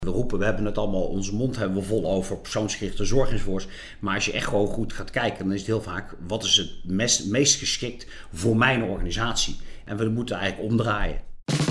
We hebben het allemaal, onze mond hebben we vol over persoonsgerichte zorg enzovoorts. Maar als je echt gewoon goed gaat kijken, dan is het heel vaak, wat is het meest geschikt voor mijn organisatie? En we moeten eigenlijk omdraaien.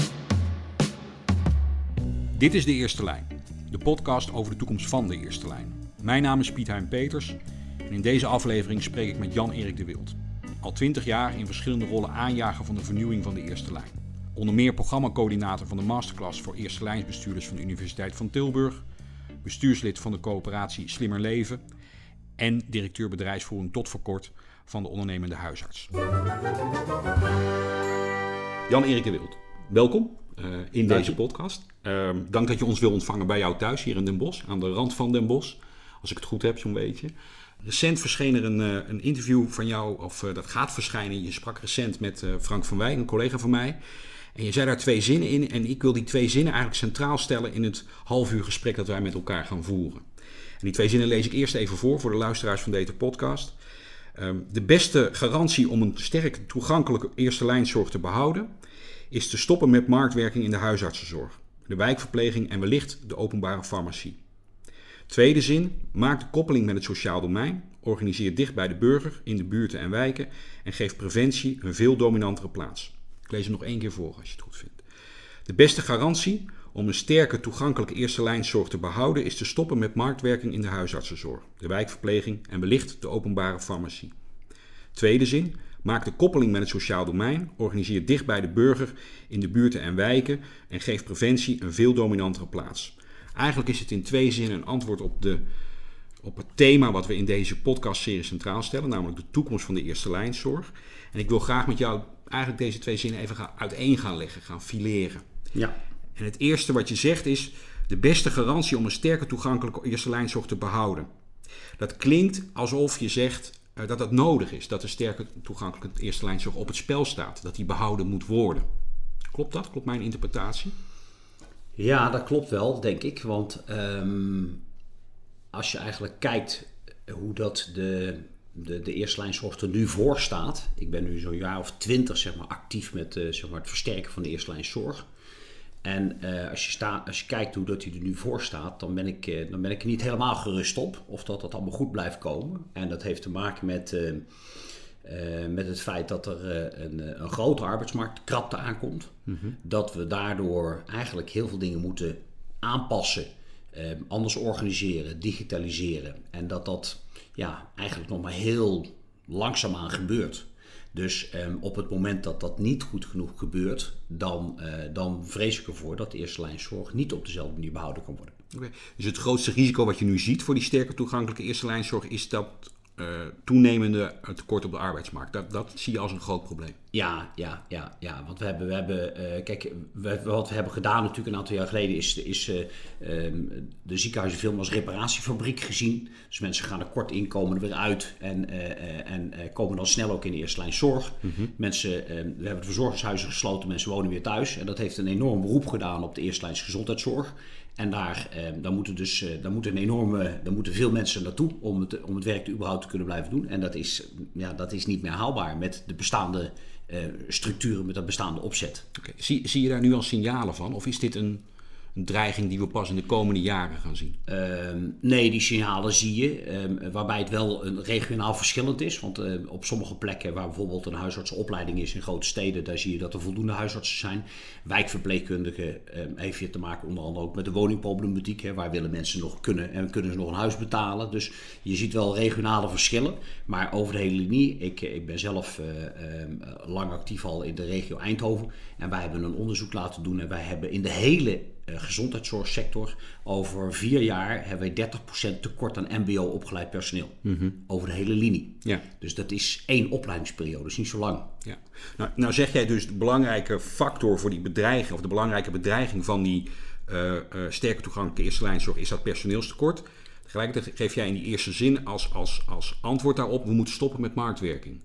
Dit is De Eerste Lijn, de podcast over de toekomst van de Eerste Lijn. Mijn naam is Piet-Hein Peters en in deze aflevering spreek ik met Jan-Erik de Wild. Al 20 jaar in verschillende rollen aanjager van de vernieuwing van de Eerste Lijn. Onder meer programmacoördinator van de masterclass voor eerste lijnsbestuurders van de Universiteit van Tilburg, bestuurslid van de coöperatie Slimmer Leven en directeur bedrijfsvoering tot voor kort van de ondernemende huisarts. Jan-Erik de Wild, welkom in deze podcast. Dank dat je ons wil ontvangen bij jou thuis hier in Den Bosch, aan de rand van Den Bosch. Als ik het goed heb, zo'n beetje. Recent verscheen er een interview van jou, of dat gaat verschijnen. Je sprak recent met Frank van Wijk, een collega van mij. En je zei daar 2 zinnen in en ik wil die 2 zinnen eigenlijk centraal stellen in het halfuur gesprek dat wij met elkaar gaan voeren. En die 2 zinnen lees ik eerst even voor de luisteraars van deze podcast. De beste garantie om een sterk toegankelijke eerste lijnszorg te behouden is te stoppen met marktwerking in de huisartsenzorg, de wijkverpleging en wellicht de openbare farmacie. Tweede zin, maak de koppeling met het sociaal domein, organiseer dicht bij de burger, in de buurten en wijken en geef preventie een veel dominantere plaats. Ik lees hem nog 1 keer voor als je het goed vindt. De beste garantie om een sterke toegankelijke eerste lijnszorg te behouden is te stoppen met marktwerking in de huisartsenzorg, de wijkverpleging en wellicht de openbare farmacie. Tweede zin, maak de koppeling met het sociaal domein, organiseer dicht bij de burger, in de buurten en wijken en geef preventie een veel dominantere plaats. Eigenlijk is het in 2 zinnen een antwoord op het thema wat we in deze podcastserie centraal stellen, namelijk de toekomst van de eerste lijnszorg. En ik wil graag met jou eigenlijk deze 2 zinnen even uiteen gaan leggen, gaan fileren. Ja. En het eerste wat je zegt is de beste garantie om een sterke toegankelijke eerste lijnzorg te behouden. Dat klinkt alsof je zegt dat het nodig is, dat de sterke toegankelijke eerste lijnzorg op het spel staat, dat die behouden moet worden. Klopt dat? Klopt mijn interpretatie? Ja, dat klopt wel, denk ik. Want als je eigenlijk kijkt hoe dat de eerste lijnzorg er nu voor staat. Ik ben nu zo'n jaar of 20 actief met het versterken van de eerste lijnzorg. En als je kijkt hoe dat hij er nu voor staat, dan ben ik er niet helemaal gerust op of dat allemaal goed blijft komen. En dat heeft te maken met het feit dat er een grote arbeidsmarktkrapte aankomt. Mm-hmm. Dat we daardoor eigenlijk heel veel dingen moeten aanpassen, anders organiseren, digitaliseren. En dat eigenlijk nog maar heel langzaamaan gebeurt. Dus op het moment dat dat niet goed genoeg gebeurt, dan vrees ik ervoor dat de eerste lijnzorg niet op dezelfde manier behouden kan worden. Okay. Dus het grootste risico wat je nu ziet voor die sterke toegankelijke eerste lijnzorg is dat toenemende tekort op de arbeidsmarkt. Dat zie je als een groot probleem. Ja. Want we hebben wat we hebben gedaan natuurlijk een aantal jaar geleden is de ziekenhuizen veel als reparatiefabriek gezien. Dus mensen gaan er kort in, komen er weer uit en komen dan snel ook in de eerste lijn zorg. Mm-hmm. We hebben de verzorgingshuizen gesloten, mensen wonen weer thuis. En dat heeft een enorm beroep gedaan op de eerste lijns gezondheidszorg. En daar moeten veel mensen naartoe om het werk überhaupt te kunnen blijven doen. En dat is niet meer haalbaar met de bestaande structuren, met dat bestaande opzet. Okay. Zie je daar nu al signalen van? Of is dit een dreiging die we pas in de komende jaren gaan zien? Nee, die signalen zie je. Waarbij het wel regionaal verschillend is. Want op sommige plekken waar bijvoorbeeld een huisartsenopleiding is in grote steden, daar zie je dat er voldoende huisartsen zijn. Wijkverpleegkundigen heeft hier te maken onder andere ook met de woningproblematiek. Waar willen mensen nog kunnen ze nog een huis betalen. Dus je ziet wel regionale verschillen. Maar over de hele linie, ik ben zelf lang actief al in de regio Eindhoven. En wij hebben een onderzoek laten doen en wij hebben in de hele gezondheidszorgsector over 4 jaar hebben wij 30% tekort aan mbo opgeleid personeel. Mm-hmm. Over de hele linie. Ja. Dus dat is 1 opleidingsperiode, dus niet zo lang. Ja. Nou zeg jij dus de belangrijke factor voor die bedreiging, of de belangrijke bedreiging van die sterke toegankelijke eerste lijnzorg is dat personeelstekort. Tegelijkertijd geef jij in die eerste zin als antwoord daarop, we moeten stoppen met marktwerking.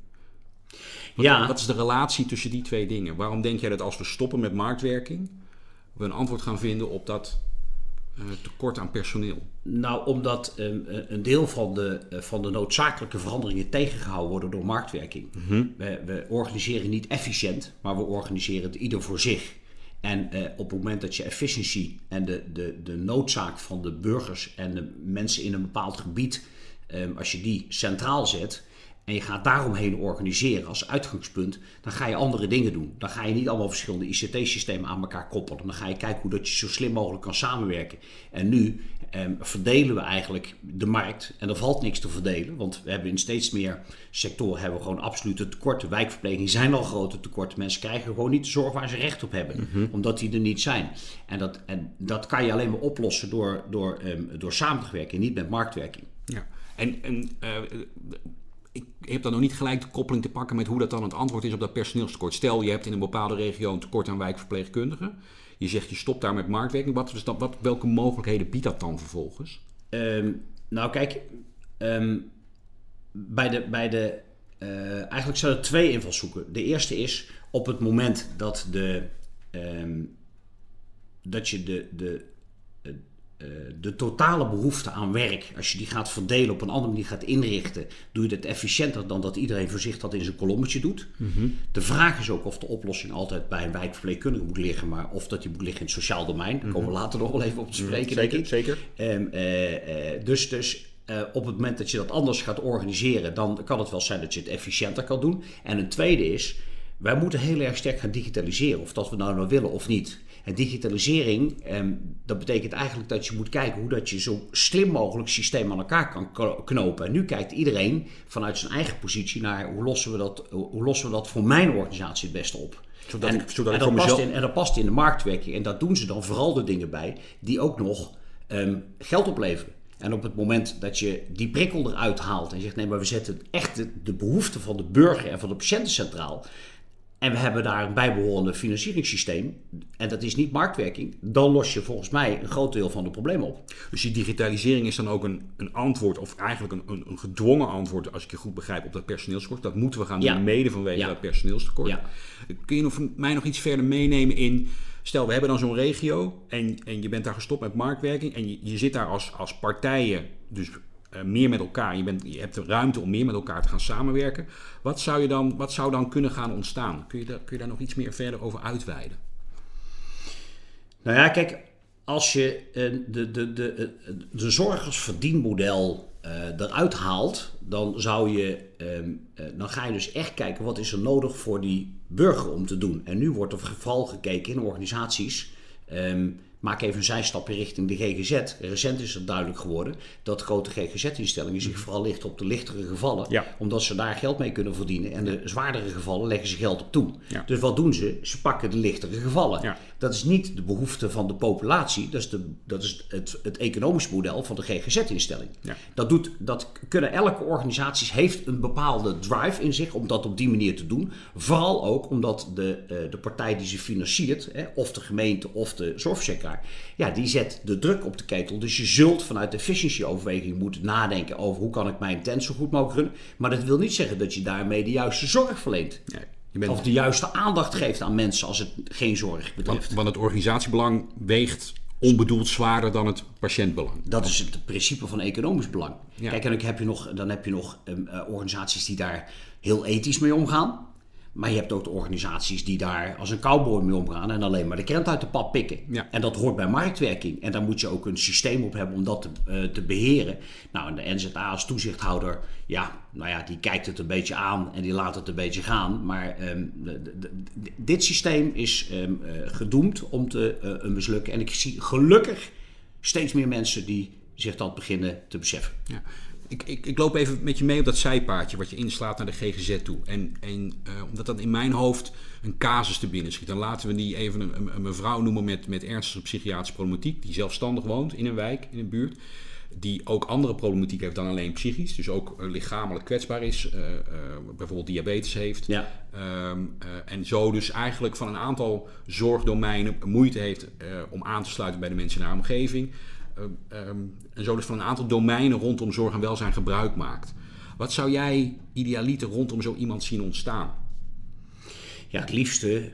Wat is de relatie tussen die 2 dingen? Waarom denk jij dat als we stoppen met marktwerking we een antwoord gaan vinden op dat tekort aan personeel? Nou, omdat een deel van de noodzakelijke veranderingen tegengehouden worden door marktwerking. Mm-hmm. We organiseren niet efficiënt, maar we organiseren het ieder voor zich. En op het moment dat je efficiëntie en de noodzaak van de burgers en de mensen in een bepaald gebied, als je die centraal zet en je gaat daaromheen organiseren als uitgangspunt, dan ga je andere dingen doen. Dan ga je niet allemaal verschillende ICT-systemen aan elkaar koppelen. Dan ga je kijken hoe dat je zo slim mogelijk kan samenwerken. En nu verdelen we eigenlijk de markt en er valt niks te verdelen, want we hebben in steeds meer sectoren hebben we gewoon absolute tekorten. Wijkverpleging zijn al grote tekorten. Mensen krijgen gewoon niet de zorg waar ze recht op hebben, omdat die er niet zijn. En dat kan je alleen maar oplossen door samen te werken en niet met marktwerking. Ja. Ik heb dan nog niet gelijk de koppeling te pakken met hoe dat dan het antwoord is op dat personeelstekort. Stel, je hebt in een bepaalde regio een tekort aan wijkverpleegkundigen. Je zegt, je stopt daar met marktwerking. Welke mogelijkheden biedt dat dan vervolgens? Nou kijk, eigenlijk zijn er 2 invalshoeken. De eerste is op het moment dat je de totale behoefte aan werk, als je die gaat verdelen op een andere manier gaat inrichten, doe je het efficiënter dan dat iedereen voor zich dat in zijn kolommetje doet. De vraag is ook of de oplossing altijd bij een wijkverpleegkundige moet liggen, maar of dat die moet liggen in het sociaal domein. Daar komen we later nog wel even op te spreken. Zeker. Dus op het moment dat je dat anders gaat organiseren, dan kan het wel zijn dat je het efficiënter kan doen. En een tweede is, wij moeten heel erg sterk gaan digitaliseren, of dat we nou willen of niet. En digitalisering, dat betekent eigenlijk dat je moet kijken hoe dat je zo slim mogelijk systeem aan elkaar kan knopen. En nu kijkt iedereen vanuit zijn eigen positie naar hoe lossen we dat voor mijn organisatie het beste op. En dat past in de marktwerking. En daar doen ze dan vooral de dingen bij die ook nog geld opleveren. En op het moment dat je die prikkel eruit haalt en zegt nee, maar we zetten echt de behoeften van de burger en van de patiënten centraal. En we hebben daar een bijbehorende financieringssysteem. En dat is niet marktwerking. Dan los je volgens mij een groot deel van de problemen op. Dus die digitalisering is dan ook een antwoord, of eigenlijk een gedwongen antwoord, als ik je goed begrijp, op dat personeelstekort. Dat moeten we gaan doen, mede vanwege dat personeelstekort. Ja. Kun je mij nog iets verder meenemen in, stel we hebben dan zo'n regio en je bent daar gestopt met marktwerking en je zit daar als partijen, dus meer met elkaar. Je hebt de ruimte om meer met elkaar te gaan samenwerken. Wat zou dan kunnen gaan ontstaan? Kun je daar nog iets meer verder over uitweiden? Nou ja, kijk, als je de zorg als verdienmodel eruit haalt, dan ga je dus echt kijken wat is er nodig voor die burger om te doen. En nu wordt er vooral gekeken in organisaties. Maak even een zijstapje richting de GGZ. Recent is het duidelijk geworden dat grote GGZ-instellingen zich vooral richten op de lichtere gevallen. Omdat ze daar geld mee kunnen verdienen. En de zwaardere gevallen leggen ze geld op toe. Ja. Dus wat doen ze? Ze pakken de lichtere gevallen. Ja. Dat is niet de behoefte van de populatie. Dat is het economisch model van de GGZ-instelling. Ja. Dat kunnen elke organisatie heeft een bepaalde drive in zich om dat op die manier te doen. Vooral ook omdat de partij die ze financiert, of de gemeente of de zorgverzekeraar, die zet de druk op de ketel. Dus je zult vanuit de efficiëntieoverweging moeten nadenken over hoe kan ik mijn tent zo goed mogelijk runnen. Maar dat wil niet zeggen dat je daarmee de juiste zorg verleent. Nee, of de juiste aandacht geeft aan mensen als het geen zorg betreft. Want het organisatiebelang weegt onbedoeld zwaarder dan het patiëntbelang. Dat is het principe van economisch belang. Ja. Kijk, en dan heb je nog organisaties die daar heel ethisch mee omgaan. Maar je hebt ook de organisaties die daar als een cowboy mee omgaan en alleen maar de krent uit de pap pikken. Ja. En dat hoort bij marktwerking. En daar moet je ook een systeem op hebben om dat te beheren. Nou, en de NZA als toezichthouder, die kijkt het een beetje aan en die laat het een beetje gaan. Maar dit systeem is gedoemd om te mislukken. En ik zie gelukkig steeds meer mensen die zich dat beginnen te beseffen. Ja. Ik loop even met je mee op dat zijpaadje wat je inslaat naar de GGZ toe. En omdat dat in mijn hoofd een casus te binnen schiet, dan laten we die even een mevrouw noemen met ernstige psychiatrische problematiek, die zelfstandig woont in een wijk, in een buurt, die ook andere problematiek heeft dan alleen psychisch, dus ook lichamelijk kwetsbaar is, bijvoorbeeld diabetes heeft. Ja. En zo dus eigenlijk van een aantal zorgdomeinen moeite heeft om aan te sluiten bij de mensen in haar omgeving. En zo dus van een aantal domeinen rondom zorg en welzijn gebruik maakt. Wat zou jij idealiter rondom zo iemand zien ontstaan? Ja, het liefste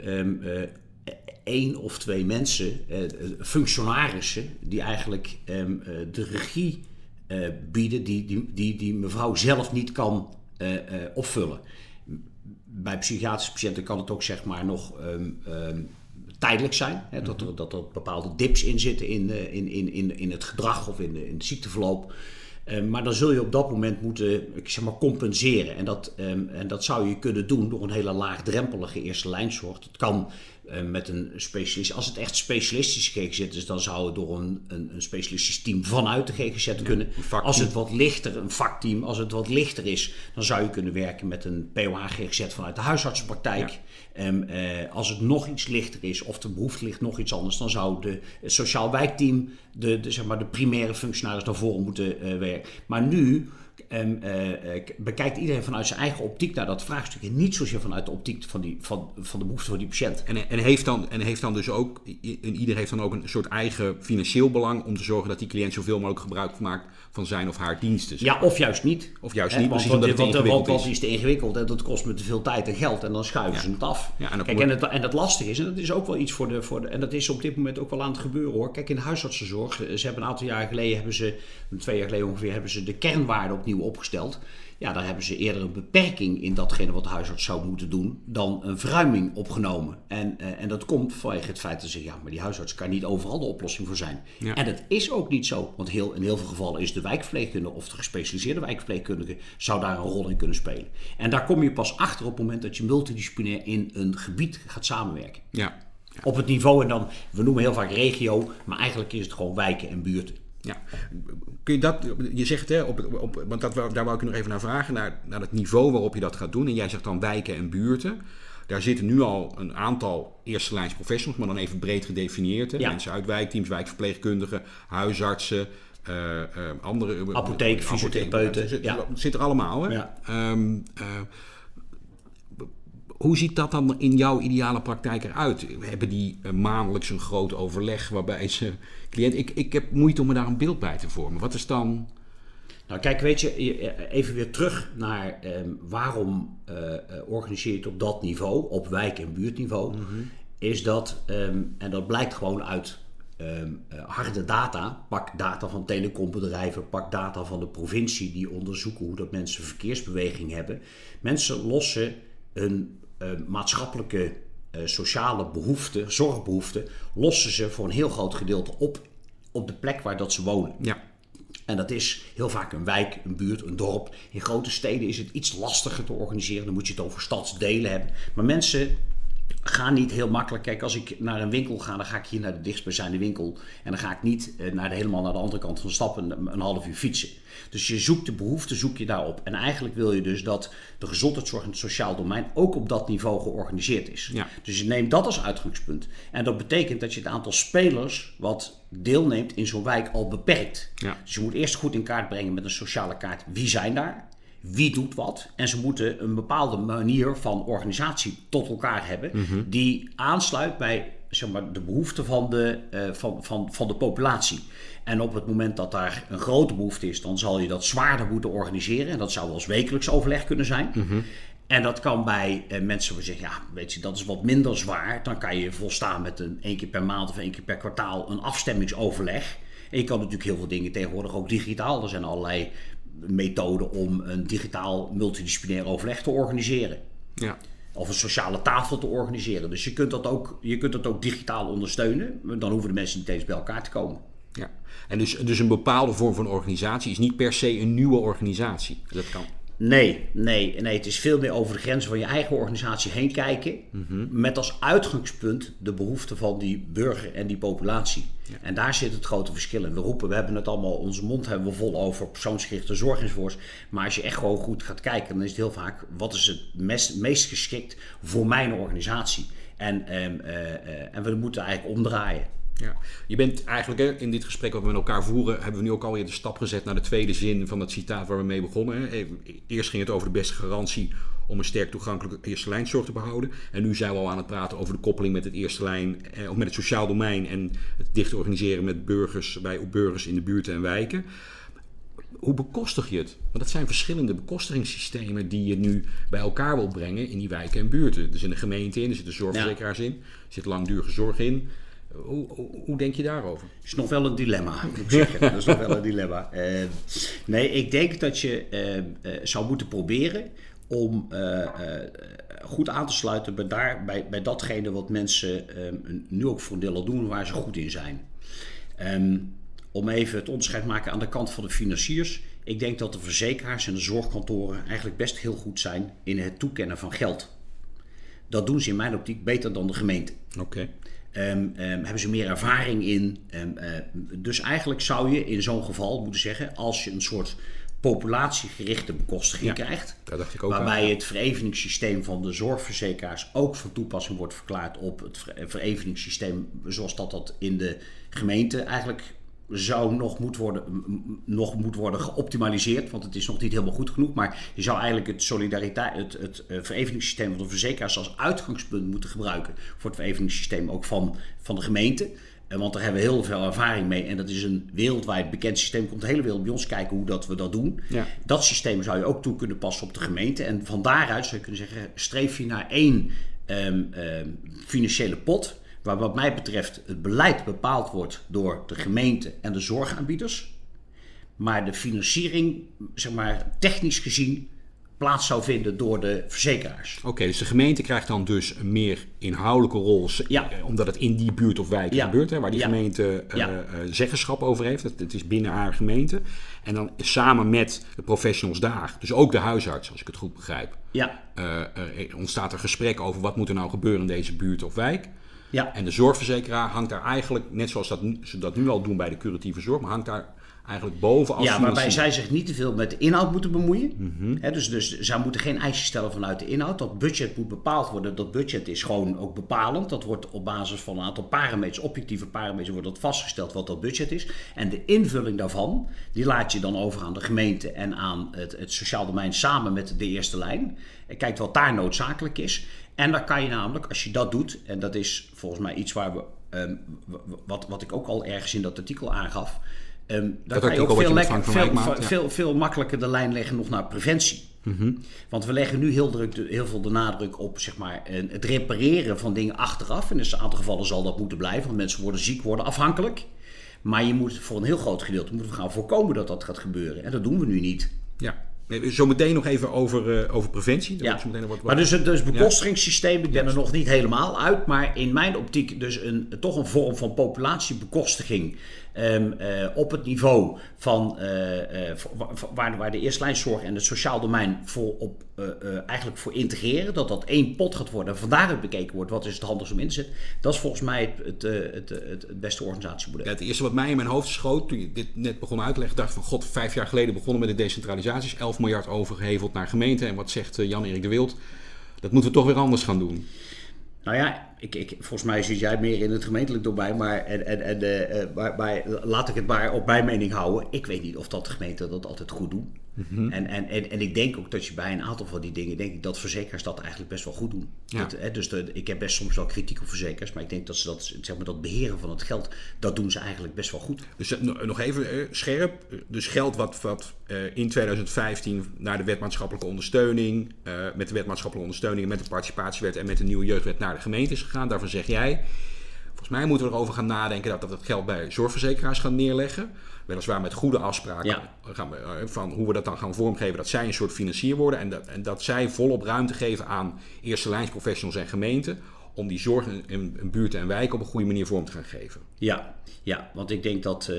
1 of 2 mensen, functionarissen, die eigenlijk de regie bieden die mevrouw zelf niet kan opvullen. Bij psychiatrische patiënten kan het ook zeg maar nog tijdelijk zijn. Hè, dat er bepaalde dips in zitten in het gedrag of in het ziekteverloop. Maar dan zul je op dat moment moeten compenseren. En dat zou je kunnen doen door een hele laagdrempelige eerste lijnzorg. Dat kan met een specialist. Als het echt specialistisch GGZ is, dan zou het door een specialistisch team vanuit de GGZ kunnen. Als het wat lichter, een vakteam, als het wat lichter is, dan zou je kunnen werken met een POH-GGZ vanuit de huisartsenpraktijk. Ja. Als het nog iets lichter is of de behoefte ligt nog iets anders, dan zou het sociaal wijkteam de primaire functionaris naar voren moeten werken. Maar nu bekijkt iedereen vanuit zijn eigen optiek naar dat vraagstuk en niet zozeer vanuit de optiek van de behoefte van die patiënt. En heeft dan dus ook, ieder heeft dan ook een soort eigen financieel belang om te zorgen dat die cliënt zoveel mogelijk gebruik maakt van zijn of haar diensten. Ja, of juist niet. Of juist niet, precies omdat het ingewikkeld is. Want is te ingewikkeld en dat kost me te veel tijd en geld en dan schuiven ze het af. Ja, en dat lastig is, en dat is ook wel iets voor de en dat is op dit moment ook wel aan het gebeuren hoor. Kijk, in de huisartsenzorg, ze hebben een aantal jaar geleden, 2 jaar geleden ongeveer, hebben ze de kernwaarden opnieuw opgesteld. Ja, daar hebben ze eerder een beperking in datgene wat de huisarts zou moeten doen dan een verruiming opgenomen. En dat komt vanwege het feit dat ze zeggen, ja, maar die huisarts kan niet overal de oplossing voor zijn. Ja. En dat is ook niet zo, want in heel veel gevallen is de wijkverpleegkundige of de gespecialiseerde wijkverpleegkundige zou daar een rol in kunnen spelen. En daar kom je pas achter op het moment dat je multidisciplinair in een gebied gaat samenwerken. Ja. Ja. Op het niveau, en dan, we noemen heel vaak regio, maar eigenlijk is het gewoon wijken en buurten. Ja, kun je dat, je zegt hè, want daar wou ik nog even naar vragen, naar het niveau waarop je dat gaat doen. En jij zegt dan wijken en buurten. Daar zitten nu al een aantal eerste lijns professionals, maar dan even breed gedefinieerd. Hè? Ja. Mensen uit wijkteams, wijkverpleegkundigen, huisartsen, andere... Apotheek, fysiotherapeuten. Dat zit er allemaal. Hè? Ja. Hoe ziet dat dan in jouw ideale praktijk eruit? Hebben die maandelijks een groot overleg waarbij ze... Ik heb moeite om me daar een beeld bij te vormen. Wat is dan... Nou kijk, weet je, even weer terug naar waarom organiseer je het op dat niveau, op wijk- en buurtniveau, is dat, en dat blijkt gewoon uit harde data, pak data van telecombedrijven, pak data van de provincie die onderzoeken hoe dat mensen verkeersbeweging hebben. Mensen lossen een maatschappelijke sociale behoefte, zorgbehoefte, lossen ze voor een heel groot gedeelte op de plek waar dat ze wonen. Ja. En dat is heel vaak een wijk, een buurt, een dorp. In grote steden is het iets lastiger te organiseren. Dan moet je het over stadsdelen hebben. Maar mensen gaan niet heel makkelijk. Kijk, als ik naar een winkel ga, dan ga ik hier naar de dichtstbijzijnde winkel. En dan ga ik niet helemaal naar de andere kant van de stad een half uur fietsen. Dus je zoekt de behoefte, zoek je daarop. En eigenlijk wil je dus dat de gezondheidszorg en het sociaal domein ook op dat niveau georganiseerd is. Ja. Dus je neemt dat als uitgangspunt. En dat betekent dat je het aantal spelers wat deelneemt in zo'n wijk al beperkt. Ja. Dus je moet eerst goed in kaart brengen met een sociale kaart. Wie zijn daar? Wie doet wat? En ze moeten een bepaalde manier van organisatie tot elkaar hebben die aansluit bij de behoeften van de populatie. En op het moment dat daar een grote behoefte is, dan zal je dat zwaarder moeten organiseren. En dat zou wel eens wekelijks overleg kunnen zijn. En dat kan bij mensen die zeggen, ja, weet je, dat is wat minder zwaar. Dan kan je volstaan met 1 keer per maand of 1 keer per kwartaal een afstemmingsoverleg. En je kan natuurlijk heel veel dingen tegenwoordig ook digitaal. Er zijn allerlei methoden om een digitaal multidisciplinair overleg te organiseren. Ja. Of een sociale tafel te organiseren. Dus je kunt dat ook digitaal ondersteunen. Dan hoeven de mensen niet eens bij elkaar te komen. Ja. En dus een bepaalde vorm van organisatie is niet per se een nieuwe organisatie. Dat kan. Nee. Het is veel meer over de grenzen van je eigen organisatie heen kijken. Met als uitgangspunt de behoeften van die burger en die populatie. Ja. En daar zit het grote verschil in. We hebben het allemaal, onze mond hebben we vol over persoonsgerichte zorg enzovoorts. Maar als je echt gewoon goed gaat kijken, dan is het heel vaak, wat is het meest geschikt voor mijn organisatie? En we moeten eigenlijk omdraaien. Ja. Je bent eigenlijk, in dit gesprek wat we met elkaar voeren, hebben we nu ook alweer de stap gezet naar de tweede zin van het citaat waar we mee begonnen. Eerst ging het over de beste garantie om een sterk toegankelijke eerste lijnzorg te behouden. En nu zijn we al aan het praten over de koppeling met het eerste lijn, of met het sociaal domein en het dicht organiseren met burgers in de buurten en wijken. Hoe bekostig je het? Want dat zijn verschillende bekostigingssystemen die je nu bij elkaar wil brengen in die wijken en buurten. Er zit een gemeente in, er zitten zorgverzekeraars in, er zit langdurige zorg in. Hoe denk je daarover? Dat is nog wel een dilemma, moet ik zeggen. Dat is nog wel een dilemma. Ik denk dat je zou moeten proberen om goed aan te sluiten bij datgene wat mensen nu ook voor een deel al doen waar ze goed in zijn. Om even het onderscheid te maken aan de kant van de financiers. Ik denk dat de verzekeraars en de zorgkantoren eigenlijk best heel goed zijn in het toekennen van geld. Dat doen ze in mijn optiek beter dan de gemeente. Oké. Hebben ze meer ervaring in. Dus eigenlijk zou je in zo'n geval moeten zeggen, als je een soort populatiegerichte bekostiging krijgt, dat dacht ik ook waarbij het vereveningssysteem van de zorgverzekeraars ook van toepassing wordt verklaard op het vereveningssysteem zoals dat in de gemeente eigenlijk zou nog moet worden geoptimaliseerd, want het is nog niet helemaal goed genoeg. Maar je zou eigenlijk het vereveningssysteem van de verzekeraars als uitgangspunt moeten gebruiken voor het vereveningssysteem ook van de gemeente. Want daar hebben we heel veel ervaring mee en dat is een wereldwijd bekend systeem. Komt de hele wereld bij ons kijken hoe we dat doen. Ja. Dat systeem zou je ook toe kunnen passen op de gemeente. En van daaruit zou je kunnen zeggen, streef je naar één financiële pot, waar wat mij betreft het beleid bepaald wordt door de gemeente en de zorgaanbieders. Maar de financiering, zeg maar technisch gezien, plaats zou vinden door de verzekeraars. Oké, dus de gemeente krijgt dan dus een meer inhoudelijke rol, omdat het in die buurt of wijk gebeurt, hè, waar die gemeente zeggenschap over heeft. Het is binnen haar gemeente. En dan samen met de professionals daar, dus ook de huisarts, als ik het goed begrijp, ontstaat er gesprek over wat moet er nou gebeuren in deze buurt of wijk. Ja. En de zorgverzekeraar hangt daar eigenlijk, net zoals ze dat nu al doen bij de curatieve zorg, maar hangt daar eigenlijk boven als waarbij zij zich niet te veel met de inhoud moeten bemoeien. Mm-hmm. Dus zij moeten geen eisen stellen vanuit de inhoud. Dat budget moet bepaald worden. Dat budget is gewoon ook bepalend. Dat wordt op basis van een aantal parameters, objectieve parameters, wordt dat vastgesteld wat dat budget is. En de invulling daarvan, die laat je dan over aan de gemeente en aan het sociaal domein samen met de eerste lijn. En kijkt wat daar noodzakelijk is. En dan kan je namelijk, als je dat doet, en dat is volgens mij iets waar wat ik ook al ergens in dat artikel aangaf, dan kan je ook veel makkelijker de lijn leggen nog naar preventie. Mm-hmm. Want we leggen nu heel veel de nadruk op zeg maar, het repareren van dingen achteraf. En in een aantal gevallen zal dat moeten blijven, want mensen worden ziek, worden afhankelijk. Maar je moet voor een heel groot gedeelte gaan voorkomen dat dat gaat gebeuren. En dat doen we nu niet. Ja. Zometeen nog even over preventie. Maar dus het bekostigingssysteem, ik ben er nog niet helemaal uit, maar in mijn optiek dus toch een vorm van populatiebekostiging op het niveau van waar de eerstlijnszorg en het sociaal domein eigenlijk voor integreren, dat één pot gaat worden en van daaruit bekeken wordt wat is het handigst om in te zetten. Dat is volgens mij het beste organisatiemodel. Ja, het eerste wat mij in mijn hoofd schoot toen je dit net begon uit te leggen, dacht van 5 jaar geleden begonnen met de decentralisaties, 11 miljard overgeheveld naar gemeenten en wat zegt Jan-Erik de Wild? Dat moeten we toch weer anders gaan doen. Nou ja, volgens mij zit jij meer in het gemeentelijk domein, maar laat ik het maar op mijn mening houden. Ik weet niet of dat de gemeenten dat altijd goed doen. Mm-hmm. En ik denk ook dat je bij een aantal van die dingen, denk ik dat verzekeraars dat eigenlijk best wel goed doen. Ja. Ik heb best soms wel kritiek op verzekeraars, maar ik denk dat ze dat beheren van het geld, dat doen ze eigenlijk best wel goed. Dus nog even scherp, dus geld wat in 2015 naar de wet maatschappelijke ondersteuning, met de wet maatschappelijke ondersteuning, met de participatiewet en met de nieuwe jeugdwet naar de gemeente is gegaan. Daarvan zeg jij, volgens mij moeten we erover gaan nadenken dat het geld bij zorgverzekeraars gaan neerleggen. Weliswaar met goede afspraken van hoe we dat dan gaan vormgeven, dat zij een soort financier worden en dat zij volop ruimte geven aan eerste lijnsprofessionals en gemeenten om die zorg in buurten en wijken op een goede manier vorm te gaan geven. Ja, want ik denk dat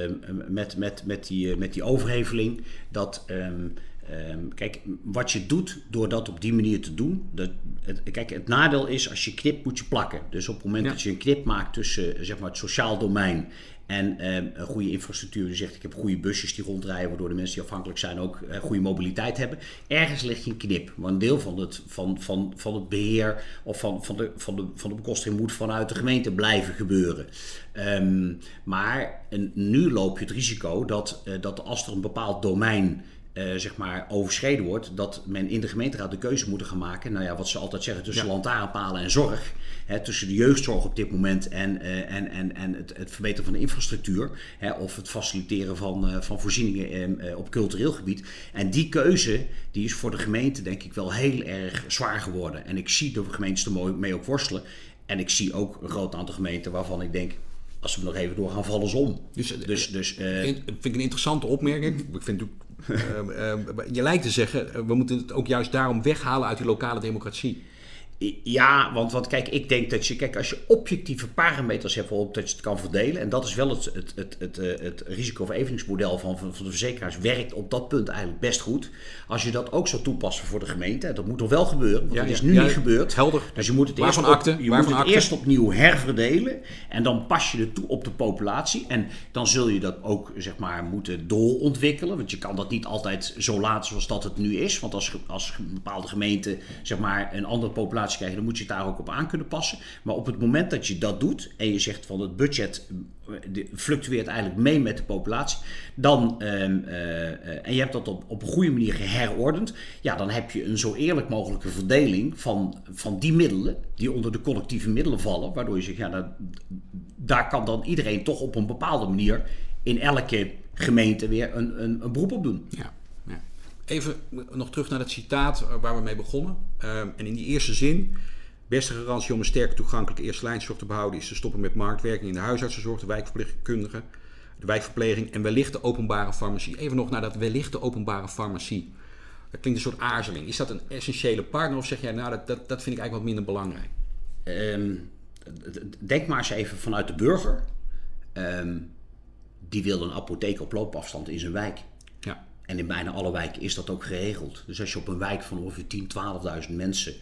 met die overheveling dat kijk, wat je doet door dat op die manier te doen. Het nadeel is als je knipt moet je plakken. Dus op het moment dat je een knip maakt tussen zeg maar, het sociaal domein en een goede infrastructuur. Je zegt ik heb goede busjes die rondrijden waardoor de mensen die afhankelijk zijn ook goede mobiliteit hebben. Ergens ligt je een knip. Maar een deel van het beheer of van de bekostiging moet vanuit de gemeente blijven gebeuren. Maar nu loop je het risico dat als er een bepaald domein zeg maar overschreden wordt, dat men in de gemeenteraad de keuze moet gaan maken. Nou ja, wat ze altijd zeggen tussen lantaarnpalen en zorg. Tussen de jeugdzorg op dit moment en het verbeteren van de infrastructuur. Of het faciliteren van voorzieningen op cultureel gebied. En die keuze die is voor de gemeente denk ik wel heel erg zwaar geworden. En ik zie de gemeentes er mee ook worstelen. En ik zie ook een groot aantal gemeenten waarvan ik denk, als we nog even doorgaan, vallen ze om. Dus vind ik een interessante opmerking. Ik vind Je lijkt te zeggen, we moeten het ook juist daarom weghalen uit die lokale democratie. Ja, want kijk, ik denk dat als je objectieve parameters hebt waarop dat je het kan verdelen, en dat is wel het risicovereveningsmodel van de verzekeraars, werkt op dat punt eigenlijk best goed. Als je dat ook zou toepassen voor de gemeente, dat moet toch wel gebeuren, want dat is nu niet gebeurd. Helder. Dus je moet het eerst opnieuw herverdelen en dan pas je het toe op de populatie. En dan zul je dat ook, zeg maar, moeten doorontwikkelen, want je kan dat niet altijd zo laten zoals dat het nu is. Want als een bepaalde gemeente, zeg maar, een andere populatie krijgen, dan moet je het daar ook op aan kunnen passen. Maar op het moment dat je dat doet en je zegt van het budget fluctueert eigenlijk mee met de populatie, dan, en je hebt dat op een goede manier geherordend, ja, dan heb je een zo eerlijk mogelijke verdeling van die middelen die onder de collectieve middelen vallen, waardoor je zegt, ja, daar kan dan iedereen toch op een bepaalde manier in elke gemeente weer een beroep op doen. Ja. Even nog terug naar het citaat waar we mee begonnen. En in die eerste zin: beste garantie om een sterke toegankelijke eerste lijnzorg te behouden is te stoppen met marktwerking in de huisartsenzorg, de wijkverpleegkundigen, de wijkverpleging en wellicht de openbare farmacie. Even nog naar dat wellicht de openbare farmacie. Dat klinkt een soort aarzeling. Is dat een essentiële partner of zeg jij, nou, dat vind ik eigenlijk wat minder belangrijk? Denk maar eens even vanuit de burger. Die wil een apotheek op loopafstand in zijn wijk. Ja. En in bijna alle wijken is dat ook geregeld. Dus als je op een wijk van ongeveer 10.000, 12.000 mensen,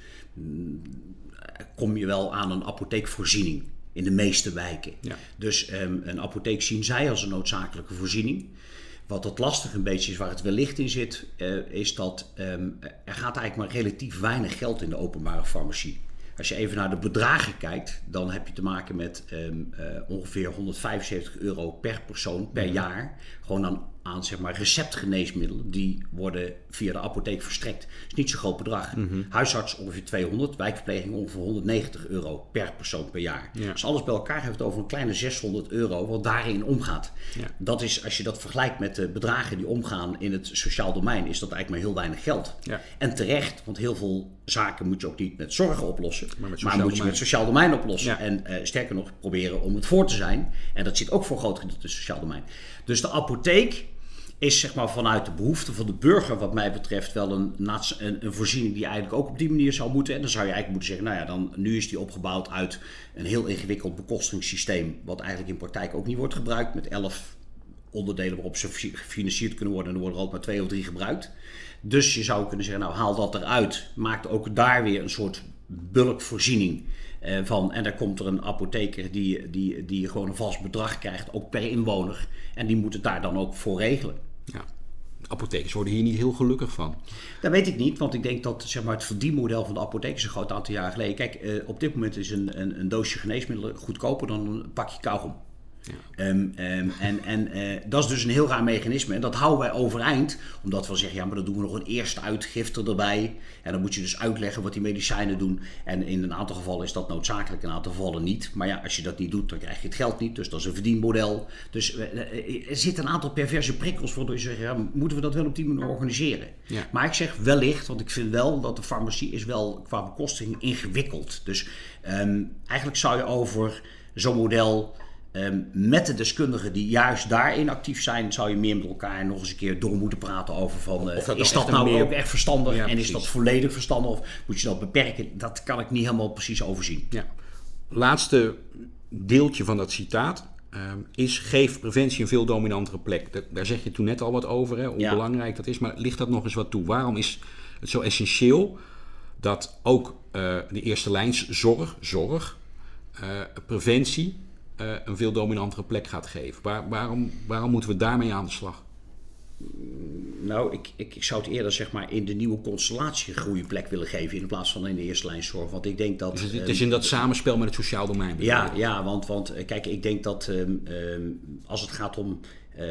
kom je wel aan een apotheekvoorziening in de meeste wijken. Ja. Dus een apotheek zien zij als een noodzakelijke voorziening. Wat het lastig een beetje is, waar het wellicht in zit, is dat er gaat eigenlijk maar relatief weinig geld in de openbare farmacie. Als je even naar de bedragen kijkt, dan heb je te maken met ongeveer €175 per persoon per jaar. Gewoon aan zeg maar receptgeneesmiddelen die worden via de apotheek verstrekt. Dat is niet zo'n groot bedrag. Huisarts ongeveer 200, wijkverpleging ongeveer €190 per persoon per jaar. Ja. Dus alles bij elkaar heeft het over een kleine €600 wat daarin omgaat. Ja. Dat is, als je dat vergelijkt met de bedragen die omgaan in het sociaal domein, is dat eigenlijk maar heel weinig geld. Ja. En terecht, want heel veel zaken moet je ook niet met zorg oplossen, maar moet je met sociaal domein oplossen. Ja. En sterker nog, proberen om het voor te zijn. En dat zit ook voor een groot gedeelte in het sociaal domein. Dus de apotheek is, zeg maar, vanuit de behoefte van de burger wat mij betreft wel een voorziening die eigenlijk ook op die manier zou moeten. En dan zou je eigenlijk moeten zeggen, nou ja, nu is die opgebouwd uit een heel ingewikkeld bekostigingssysteem, wat eigenlijk in praktijk ook niet wordt gebruikt, met 11 onderdelen waarop ze gefinancierd kunnen worden en er worden er ook maar 2 of 3 gebruikt. Dus je zou kunnen zeggen, nou, haal dat eruit, maak ook daar weer een soort bulkvoorziening van. En daar komt er een apotheker die gewoon een vast bedrag krijgt, ook per inwoner. En die moet het daar dan ook voor regelen. Ja. Apothekers worden hier niet heel gelukkig van. Dat weet ik niet, want ik denk dat, zeg maar, het verdienmodel van de apotheek is een groot aantal jaren geleden. Kijk, op dit moment is een doosje geneesmiddelen goedkoper dan een pakje kauwgom. Ja. Dat is dus een heel raar mechanisme. En dat houden wij overeind, omdat we zeggen, ja, maar dan doen we nog een eerste uitgifte erbij. En dan moet je dus uitleggen wat die medicijnen doen. En in een aantal gevallen is dat noodzakelijk, in een aantal gevallen niet. Maar ja, als je dat niet doet, dan krijg je het geld niet. Dus dat is een verdienmodel. Dus er zitten een aantal perverse prikkels waardoor je zegt, ja, moeten we dat wel op die manier organiseren? Ja. Maar ik zeg wellicht, want ik vind wel dat de farmacie is wel qua bekostiging ingewikkeld. Dus eigenlijk zou je over zo'n model, met de deskundigen die juist daarin actief zijn, zou je meer met elkaar nog eens een keer door moeten praten over van, is dat nou ook echt verstandig, ja, en is dat volledig verstandig of moet je dat beperken? Dat kan ik niet helemaal precies overzien. Ja. Laatste deeltje van dat citaat is: geef preventie een veel dominantere plek. Daar zeg je toen net al wat over, hè, hoe belangrijk dat is, maar ligt dat nog eens wat toe? Waarom is het zo essentieel dat ook de eerste lijnszorg, preventie een veel dominantere plek gaat geven? Waarom moeten we daarmee aan de slag? Nou, ik zou het eerder, zeg maar, in de nieuwe constellatie een goede plek willen geven in plaats van in de eerste lijnszorg. Want ik denk dat dus het is in dat samenspel met het sociaal domein. Ja, want kijk, ik denk dat als het gaat om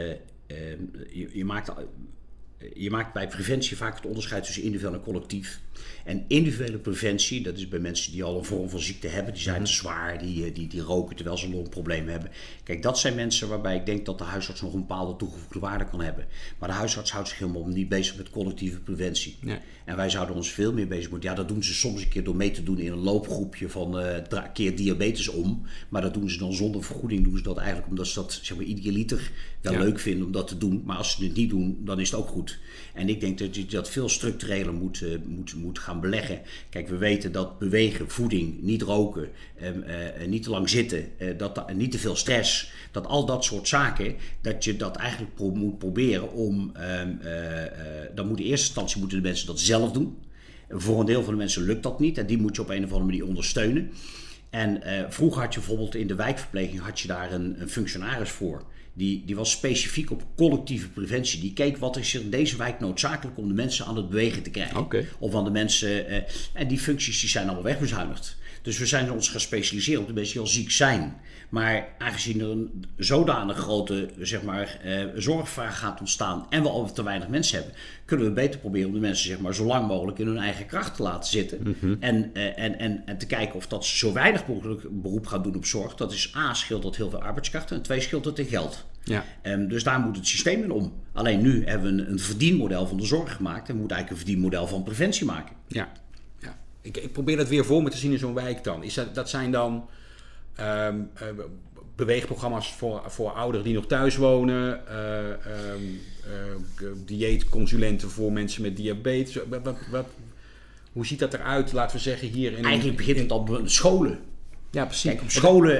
je maakt bij preventie vaak het onderscheid tussen individueel en collectief. En individuele preventie, dat is bij mensen die al een vorm van ziekte hebben, die zijn zwaar, die roken terwijl ze longproblemen hebben. Kijk, dat zijn mensen waarbij ik denk dat de huisarts nog een bepaalde toegevoegde waarde kan hebben. Maar de huisarts houdt zich helemaal niet bezig met collectieve preventie. Nee. En wij zouden ons veel meer bezig moeten. Ja, dat doen ze soms een keer door mee te doen in een loopgroepje van keer diabetes om. Maar dat doen ze dan zonder vergoeding. Doen ze dat eigenlijk omdat ze dat, zeg maar, idealiter wel leuk vinden om dat te doen. Maar als ze het niet doen, dan is het ook goed. moet. En ik denk dat je dat veel structureler moet gaan beleggen. Kijk, we weten dat bewegen, voeding, niet roken, niet te lang zitten, niet te veel stress, dat al dat soort zaken, dat je dat eigenlijk moet proberen om, dan moet in eerste instantie de mensen dat zelf doen. Voor een deel van de mensen lukt dat niet en die moet je op een of andere manier ondersteunen. En vroeger had je bijvoorbeeld in de wijkverpleging had je daar een functionaris voor. Die was specifiek op collectieve preventie. Die keek wat is er in deze wijk noodzakelijk om de mensen aan het bewegen te krijgen. Okay. Of aan de mensen. En die functies die zijn allemaal wegbezuinigd. Dus we zijn ons gaan specialiseren op de mensen die al ziek zijn. Maar aangezien er een zodanig grote zorgvraag gaat ontstaan en we al te weinig mensen hebben, kunnen we beter proberen om de mensen zo lang mogelijk in hun eigen kracht te laten zitten. Mm-hmm. En te kijken of dat ze zo weinig mogelijk beroep gaan doen op zorg. Dat is scheelt dat heel veel arbeidskrachten en 2 scheelt het in geld. Ja. Dus daar moet het systeem in om. Alleen nu hebben we een verdienmodel van de zorg gemaakt en we moeten eigenlijk een verdienmodel van preventie maken. Ja. Ik probeer dat weer voor me te zien in zo'n wijk dan. Dat zijn dan beweegprogramma's voor ouderen die nog thuis wonen, dieetconsulenten voor mensen met diabetes. Hoe ziet dat eruit, laten we zeggen, hier in... Eigenlijk begint het al bij scholen. Ja, precies. Kijk, op scholen,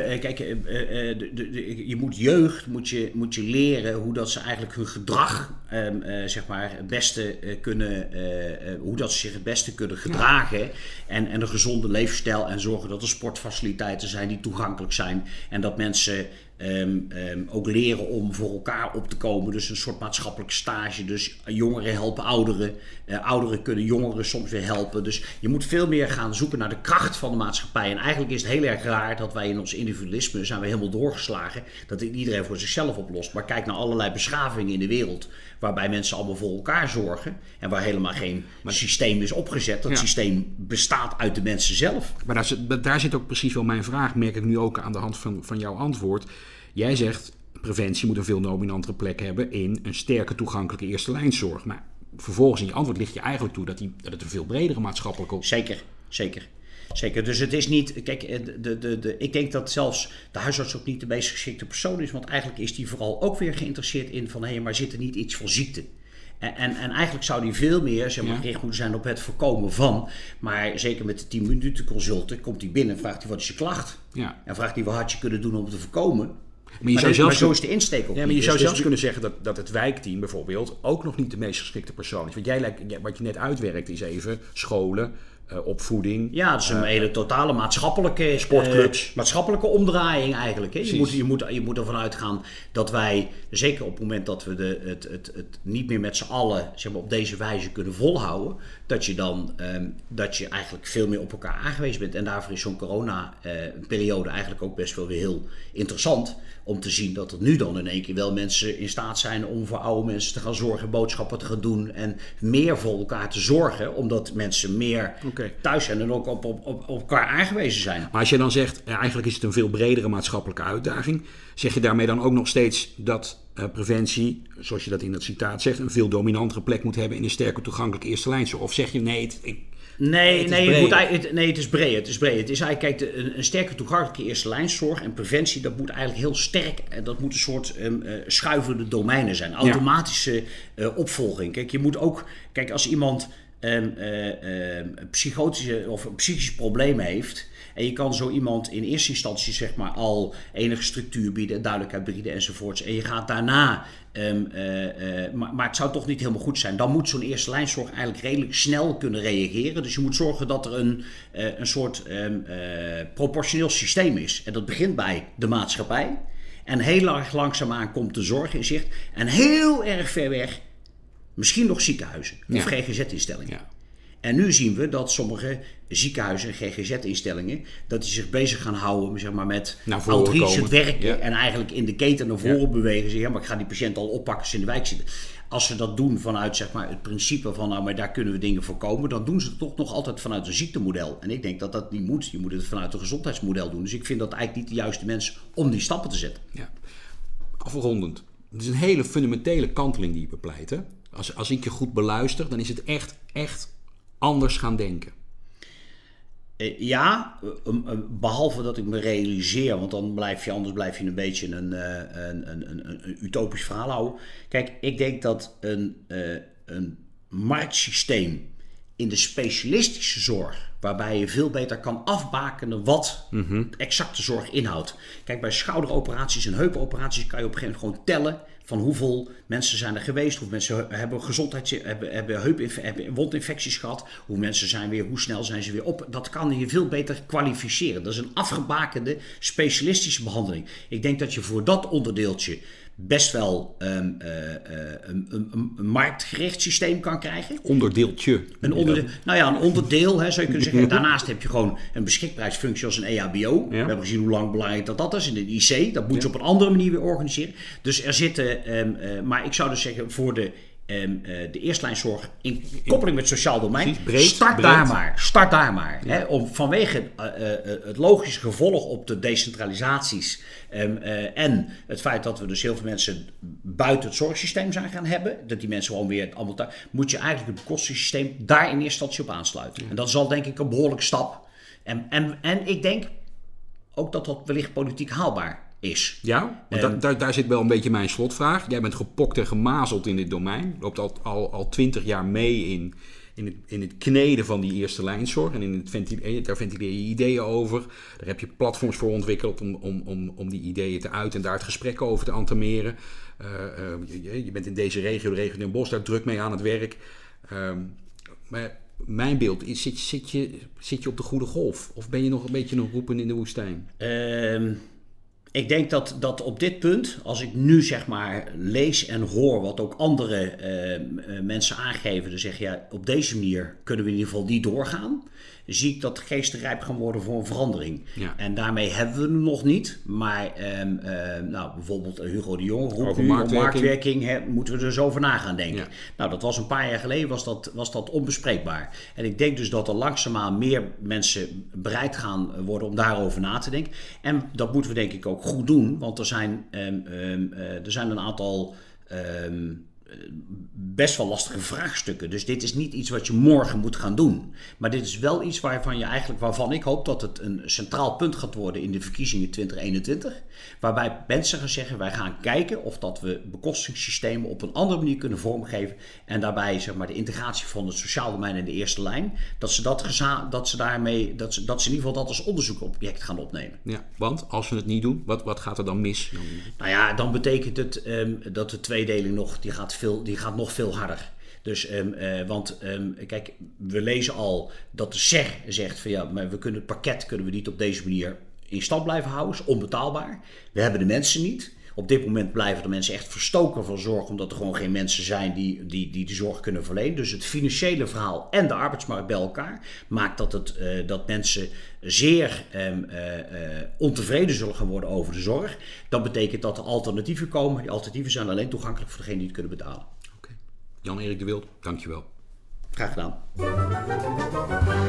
je moet jeugd moet je leren hoe dat ze eigenlijk hun gedrag het beste kunnen, hoe dat ze zich het beste kunnen gedragen en een gezonde levensstijl en zorgen dat er sportfaciliteiten zijn die toegankelijk zijn en dat mensen ook leren om voor elkaar op te komen. Dus een soort maatschappelijke stage. Dus jongeren helpen ouderen. Ouderen kunnen jongeren soms weer helpen. Dus je moet veel meer gaan zoeken naar de kracht van de maatschappij. En eigenlijk is het heel erg raar dat wij in ons individualisme zijn we helemaal doorgeslagen. Dat iedereen voor zichzelf oplost. Maar kijk naar allerlei beschavingen in de wereld waarbij mensen allemaal voor elkaar zorgen. En waar helemaal geen systeem is opgezet. Dat systeem bestaat uit de mensen zelf. Maar daar zit ook precies wel mijn vraag, merk ik nu ook aan de hand van jouw antwoord. Jij zegt, preventie moet een veel dominantere plek hebben in een sterke toegankelijke eerste lijnszorg. Maar vervolgens in je antwoord ligt je eigenlijk toe dat het een veel bredere maatschappelijke... Zeker, dus het is niet... Kijk, ik denk dat zelfs de huisarts ook niet de meest geschikte persoon is. Want eigenlijk is die vooral ook weer geïnteresseerd in van... maar zit er niet iets van ziekte? En eigenlijk zou die veel meer gericht moeten zijn op het voorkomen van. Maar zeker met de 10 minuten consulten komt hij binnen en vraagt hij wat is je klacht? Ja. En vraagt hij wat had je kunnen doen om het te voorkomen? Maar zo is de insteek ook. Ja, maar je zou zelfs kunnen zeggen dat het wijkteam bijvoorbeeld ook nog niet de meest geschikte persoon is. Want wat je net uitwerkt is even scholen, opvoeding. Ja, dat is een hele totale maatschappelijke sportclubs. Maatschappelijke omdraaiing eigenlijk. Hè. Je moet ervan uitgaan dat wij, zeker op het moment dat we het niet meer met z'n allen op deze wijze kunnen volhouden, dat je eigenlijk veel meer op elkaar aangewezen bent. En daarvoor is zo'n corona-periode eigenlijk ook best wel weer heel interessant. Om te zien dat er nu dan in één keer wel mensen in staat zijn om voor oude mensen te gaan zorgen, boodschappen te gaan doen en meer voor elkaar te zorgen, omdat mensen meer thuis zijn en ook op elkaar aangewezen zijn. Maar als je dan zegt, eigenlijk is het een veel bredere maatschappelijke uitdaging, zeg je daarmee dan ook nog steeds dat preventie, zoals je dat in dat citaat zegt, een veel dominantere plek moet hebben in een sterke toegankelijke eerste lijnzorg? Of zeg je Nee, het is breed. Het is eigenlijk, kijk, een sterke toegankelijke eerste lijnszorg en preventie, dat moet eigenlijk heel sterk, dat moet een soort schuivende domeinen zijn. Automatische opvolging. Kijk, je moet ook, als iemand psychotische of psychische problemen heeft, en je kan zo iemand in eerste instantie al enige structuur bieden, duidelijkheid bieden enzovoorts. En je gaat daarna, maar het zou toch niet helemaal goed zijn. Dan moet zo'n eerste lijnzorg eigenlijk redelijk snel kunnen reageren. Dus je moet zorgen dat er een soort proportioneel systeem is. En dat begint bij de maatschappij. En heel erg langzaamaan komt de zorg in zicht. En heel erg ver weg, misschien nog ziekenhuizen of GGZ-instellingen. Ja. En nu zien we dat sommige ziekenhuizen en GGZ-instellingen, dat die zich bezig gaan houden met outreach werken en eigenlijk in de keten naar voren bewegen. Zeggen, maar ik ga die patiënt al oppakken als ze in de wijk zitten. Als ze dat doen vanuit het principe van maar daar kunnen we dingen voorkomen, dan doen ze het toch nog altijd vanuit een ziektemodel. En ik denk dat dat niet moet. Je moet het vanuit een gezondheidsmodel doen. Dus ik vind dat eigenlijk niet de juiste mensen om die stappen te zetten. Ja. Afrondend. Het is een hele fundamentele kanteling die je bepleit. Hè? Als ik je goed beluister, dan is het echt anders gaan denken. Behalve dat ik me realiseer, want dan blijf je een beetje een utopisch verhaal houden. Kijk, ik denk dat een marktsysteem in de specialistische zorg, waarbij je veel beter kan afbakenen wat exacte zorg inhoudt. Kijk, bij schouderoperaties en heupoperaties kan je op een gegeven moment gewoon tellen van hoeveel mensen zijn er geweest, hoeveel mensen hebben wondinfecties gehad, hoe snel zijn ze weer op. Dat kan je veel beter kwalificeren. Dat is een afgebakende specialistische behandeling. Ik denk dat je voor dat onderdeeltje best wel een marktgericht systeem kan krijgen. Onderdeeltje. Een onderdeel, zou je kunnen zeggen. Daarnaast heb je gewoon een beschikbaarheidsfunctie als een EHBO. Ja. We hebben gezien hoe lang belangrijk dat is in de IC. Dat moet je op een andere manier weer organiseren. Dus er zitten, maar ik zou dus zeggen voor de eerstlijnszorg in koppeling met het sociaal domein. Start daar maar. Ja. Vanwege het logische gevolg op de decentralisaties en het feit dat we dus heel veel mensen buiten het zorgsysteem zijn gaan hebben, dat die mensen gewoon weer allemaal thuis, moet je eigenlijk het bekostingssysteem daar in eerste instantie op aansluiten. Ja. En dat is al denk ik een behoorlijke stap. En ik denk ook dat dat wellicht politiek haalbaar is. Ja, want daar zit wel een beetje mijn slotvraag. Jij bent gepokt en gemazeld in dit domein. Loopt al 20 jaar mee in het kneden van die eerste lijnzorg. En daar ventileer je ideeën over. Daar heb je platforms voor ontwikkeld om die ideeën te uiten en daar het gesprek over te entameren. Je bent in deze regio, de regio Den Bosch, daar druk mee aan het werk. Maar mijn beeld is, zit je op de goede golf? Of ben je nog een beetje een roepen in de woestijn? Ik denk dat op dit punt, als ik nu zeg maar lees en hoor wat ook andere mensen aangeven, dan zeg je op deze manier kunnen we in ieder geval niet doorgaan. Zie ik dat de geesten rijp gaan worden voor een verandering. Ja. En daarmee hebben we hem nog niet. Maar bijvoorbeeld Hugo de Jong roept nu op marktwerking, moeten we er dus over na gaan denken. Ja. Nou, dat was een paar jaar geleden, was dat onbespreekbaar. En ik denk dus dat er langzaamaan meer mensen bereid gaan worden om daarover na te denken. En dat moeten we denk ik ook goed doen, want er zijn een aantal best wel lastige vraagstukken. Dus dit is niet iets wat je morgen moet gaan doen. Maar dit is wel iets waarvan ik hoop dat het een centraal punt gaat worden in de verkiezingen 2021. Waarbij mensen gaan zeggen, wij gaan kijken of dat we bekostingssystemen op een andere manier kunnen vormgeven. En daarbij zeg maar de integratie van het sociaal domein in de eerste lijn. Dat ze in ieder geval dat als onderzoekobject gaan opnemen. Ja, want als we het niet doen, wat gaat er dan mis? Nou ja, dan betekent het dat de tweedeling die gaat nog veel harder. Dus, kijk, we lezen al dat de SER zegt van ja, maar het pakket kunnen we niet op deze manier in stand blijven houden. Is onbetaalbaar. We hebben de mensen niet. Op dit moment blijven de mensen echt verstoken van zorg, omdat er gewoon geen mensen zijn die zorg kunnen verlenen. Dus het financiële verhaal en de arbeidsmarkt bij elkaar maakt dat mensen zeer ontevreden zullen gaan worden over de zorg. Dat betekent dat er alternatieven komen. Die alternatieven zijn alleen toegankelijk voor degenen die het kunnen betalen. Jan-Erik de Wild, dankjewel. Graag gedaan.